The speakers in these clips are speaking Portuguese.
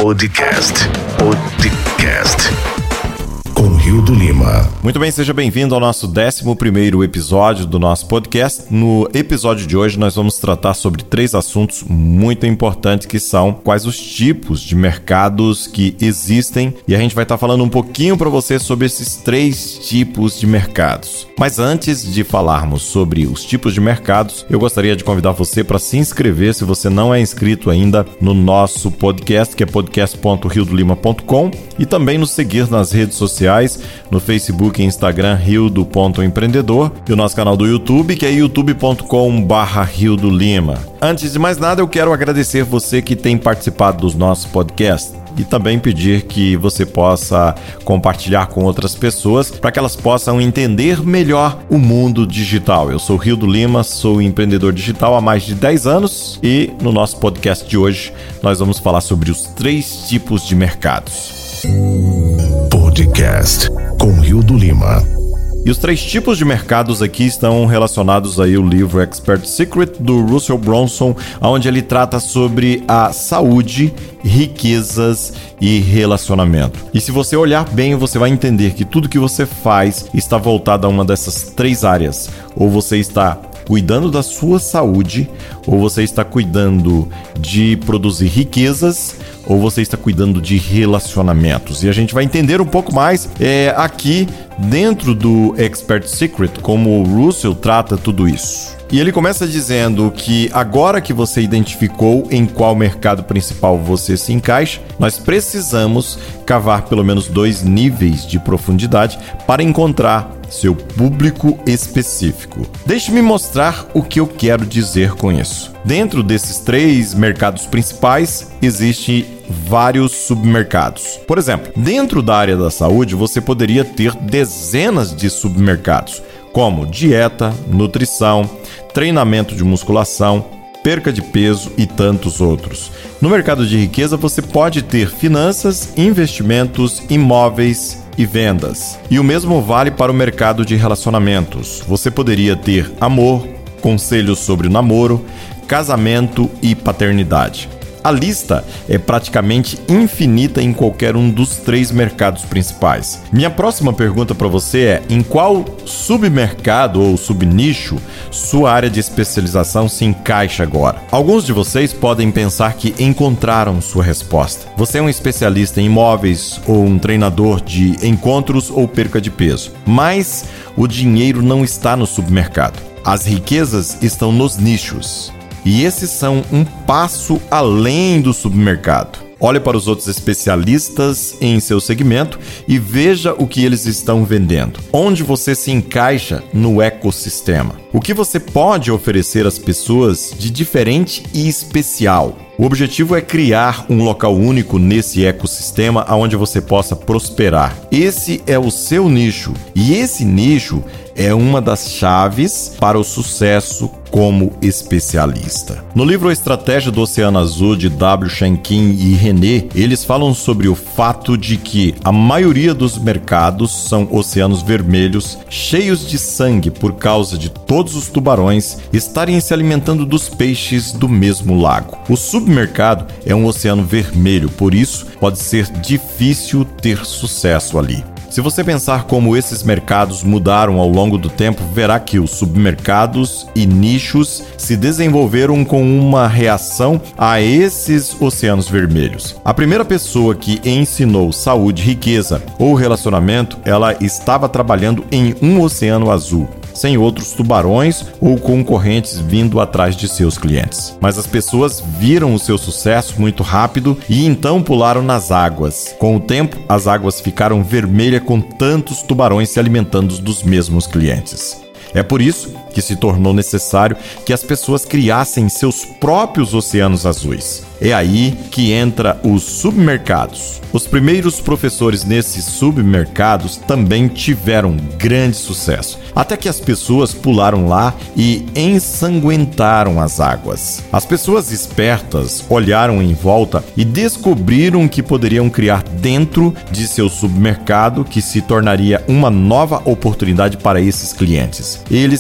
Podcast. Com Hildo Lima. Muito bem, seja bem-vindo ao nosso 11º episódio do nosso podcast. No episódio de hoje nós vamos tratar sobre 3 assuntos muito importantes, que são quais os tipos de mercados que existem, e a gente vai estar falando um pouquinho para você sobre esses 3 tipos de mercados. Mas antes de falarmos sobre os tipos de mercados, eu gostaria de convidar você para se inscrever, se você não é inscrito ainda, no nosso podcast, que é podcast.hildolima.com, e também nos seguir nas redes sociais, no Facebook e Instagram, hildo.empreendedor, e o nosso canal do YouTube, que é youtube.com/hildolima. Antes de mais nada, eu quero agradecer você que tem participado dos nossos podcasts e também pedir que você possa compartilhar com outras pessoas para que elas possam entender melhor o mundo digital. Eu sou Hildo Lima, sou empreendedor digital há mais de 10 anos e no nosso podcast de hoje nós vamos falar sobre os 3 tipos de mercados. Podcast com Hildo Lima. E os 3 tipos de mercados aqui estão relacionados aí ao livro Expert Secret, do Russell Brunson, onde ele trata sobre a saúde, riquezas e relacionamento. E se você olhar bem, você vai entender que tudo que você faz está voltado a uma dessas 3 áreas. Ou você está cuidando da sua saúde, ou você está cuidando de produzir riquezas, ou você está cuidando de relacionamentos. E a gente vai entender um pouco mais aqui dentro do Expert Secret como o Russell trata tudo isso. E ele começa dizendo que agora que você identificou em qual mercado principal você se encaixa, nós precisamos cavar pelo menos 2 níveis de profundidade para encontrar seu público específico. Deixe-me mostrar o que eu quero dizer com isso. Dentro desses 3 mercados principais, existem vários submercados. Por exemplo, dentro da área da saúde, você poderia ter dezenas de submercados, como dieta, nutrição, treinamento de musculação, perca de peso e tantos outros. No mercado de riqueza, você pode ter finanças, investimentos, imóveis e vendas. E o mesmo vale para o mercado de relacionamentos. Você poderia ter amor, conselhos sobre o namoro, casamento e paternidade. A lista é praticamente infinita em qualquer um dos 3 mercados principais. Minha próxima pergunta para você é: em qual submercado ou subnicho sua área de especialização se encaixa agora? Alguns de vocês podem pensar que encontraram sua resposta. Você é um especialista em imóveis ou um treinador de encontros ou perca de peso. Mas o dinheiro não está no submercado. As riquezas estão nos nichos. E esses são um passo além do submercado. Olhe para os outros especialistas em seu segmento e veja o que eles estão vendendo. Onde você se encaixa no ecossistema. O que você pode oferecer às pessoas de diferente e especial. O objetivo é criar um local único nesse ecossistema onde você possa prosperar. Esse é o seu nicho e esse nicho é uma das chaves para o sucesso como especialista. No livro A Estratégia do Oceano Azul, de W. Shankin e René, eles falam sobre o fato de que a maioria dos mercados são oceanos vermelhos, cheios de sangue por causa de todos os tubarões estarem se alimentando dos peixes do mesmo lago. O submercado é um oceano vermelho, por isso pode ser difícil ter sucesso ali. Se você pensar como esses mercados mudaram ao longo do tempo, verá que os submercados e nichos se desenvolveram com uma reação a esses oceanos vermelhos. A primeira pessoa que ensinou saúde, riqueza ou relacionamento, ela estava trabalhando em um oceano azul, sem outros tubarões ou concorrentes vindo atrás de seus clientes. Mas as pessoas viram o seu sucesso muito rápido e então pularam nas águas. Com o tempo, as águas ficaram vermelhas com tantos tubarões se alimentando dos mesmos clientes. É por isso que se tornou necessário que as pessoas criassem seus próprios oceanos azuis. É aí que entra os submercados. Os primeiros professores nesses submercados também tiveram grande sucesso, até que as pessoas pularam lá e ensanguentaram as águas. As pessoas espertas olharam em volta e descobriram que poderiam criar dentro de seu submercado, que se tornaria uma nova oportunidade para esses clientes. Eles criaram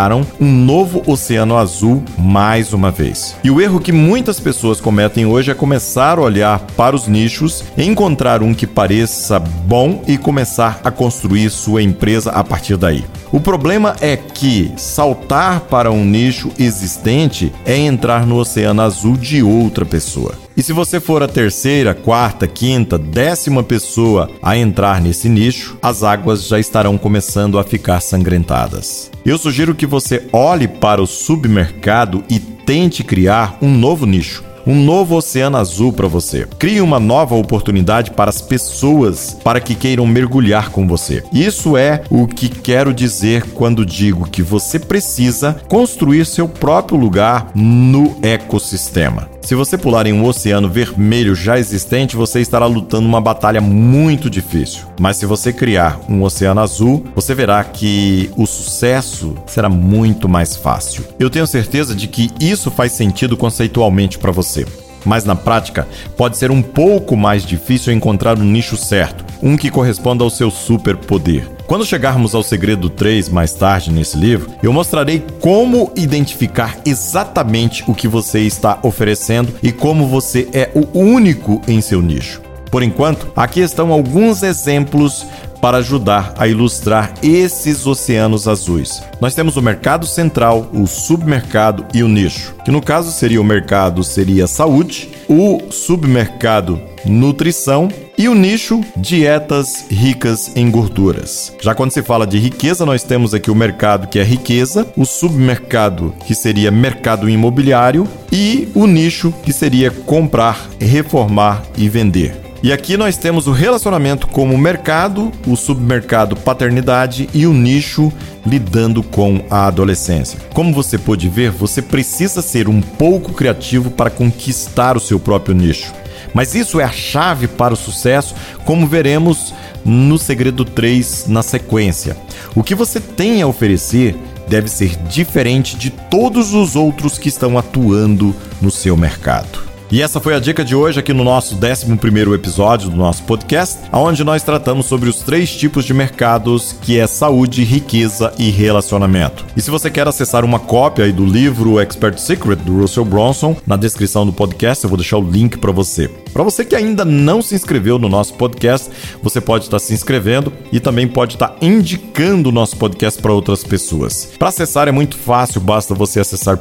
encontraram um novo oceano azul mais uma vez. E o erro que muitas pessoas cometem hoje é começar a olhar para os nichos, encontrar um que pareça bom e começar a construir sua empresa a partir daí. O problema é que saltar para um nicho existente é entrar no oceano azul de outra pessoa. E se você for a terceira, quarta, quinta, 10ª pessoa a entrar nesse nicho, as águas já estarão começando a ficar sangrentadas. Eu sugiro que você olhe para o submercado e tente criar um novo nicho. Um novo oceano azul para você. Crie uma nova oportunidade para as pessoas para que queiram mergulhar com você. Isso é o que quero dizer quando digo que você precisa construir seu próprio lugar no ecossistema. Se você pular em um oceano vermelho já existente, você estará lutando uma batalha muito difícil. Mas se você criar um oceano azul, você verá que o sucesso será muito mais fácil. Eu tenho certeza de que isso faz sentido conceitualmente para você. Mas na prática, pode ser um pouco mais difícil encontrar um nicho certo, um que corresponda ao seu superpoder. Quando chegarmos ao segredo 3 mais tarde nesse livro, eu mostrarei como identificar exatamente o que você está oferecendo e como você é o único em seu nicho. Por enquanto, aqui estão alguns exemplos para ajudar a ilustrar esses oceanos azuis. Nós temos o mercado central, o submercado e o nicho, que no caso seria o mercado seria saúde, o submercado nutrição e o nicho dietas ricas em gorduras. Já quando se fala de riqueza, nós temos aqui o mercado que é riqueza, o submercado que seria mercado imobiliário e o nicho que seria comprar, reformar e vender. E aqui nós temos o relacionamento como mercado, o submercado paternidade e o nicho lidando com a adolescência. Como você pode ver, você precisa ser um pouco criativo para conquistar o seu próprio nicho. Mas isso é a chave para o sucesso, como veremos no segredo 3 na sequência. O que você tem a oferecer deve ser diferente de todos os outros que estão atuando no seu mercado. E essa foi a dica de hoje aqui no nosso 11º episódio do nosso podcast, onde nós tratamos sobre os 3 tipos de mercados, que é saúde, riqueza e relacionamento. E se você quer acessar uma cópia aí do livro Expert Secret, do Russell Brunson, na descrição do podcast eu vou deixar o link para você. Para você que ainda não se inscreveu no nosso podcast, você pode estar se inscrevendo e também pode estar indicando o nosso podcast para outras pessoas. Para acessar é muito fácil, basta você acessar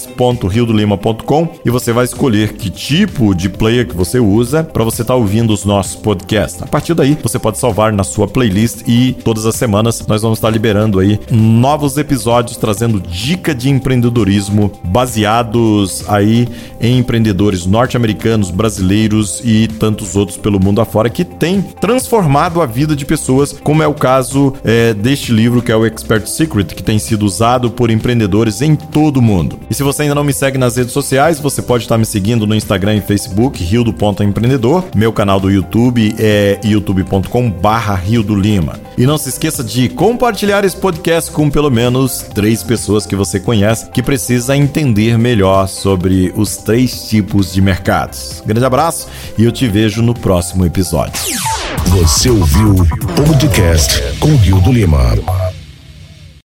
podcast.riodolima.com e você vai escolher que tipo de player que você usa para você estar ouvindo os nossos podcasts. A partir daí, você pode salvar na sua playlist e todas as semanas nós vamos estar liberando aí novos episódios trazendo dica de empreendedorismo baseados aí em empreendedores norte-americanos, brasileiros e tantos outros pelo mundo afora que têm transformado a vida de pessoas, como é o caso deste livro que é o Expert Secret, que tem sido usado por empreendedores em todo o mundo. E se você ainda não me segue nas redes sociais, você pode estar me seguindo no Instagram e Facebook, Rio.empreendedor. Meu canal do YouTube é youtube.com/riodolima. E não se esqueça de compartilhar esse podcast com pelo menos 3 pessoas que você conhece que precisa entender melhor sobre os 3 tipos de mercados. Grande abraço e eu te vejo no próximo episódio. Você ouviu o podcast com Rio do Lima.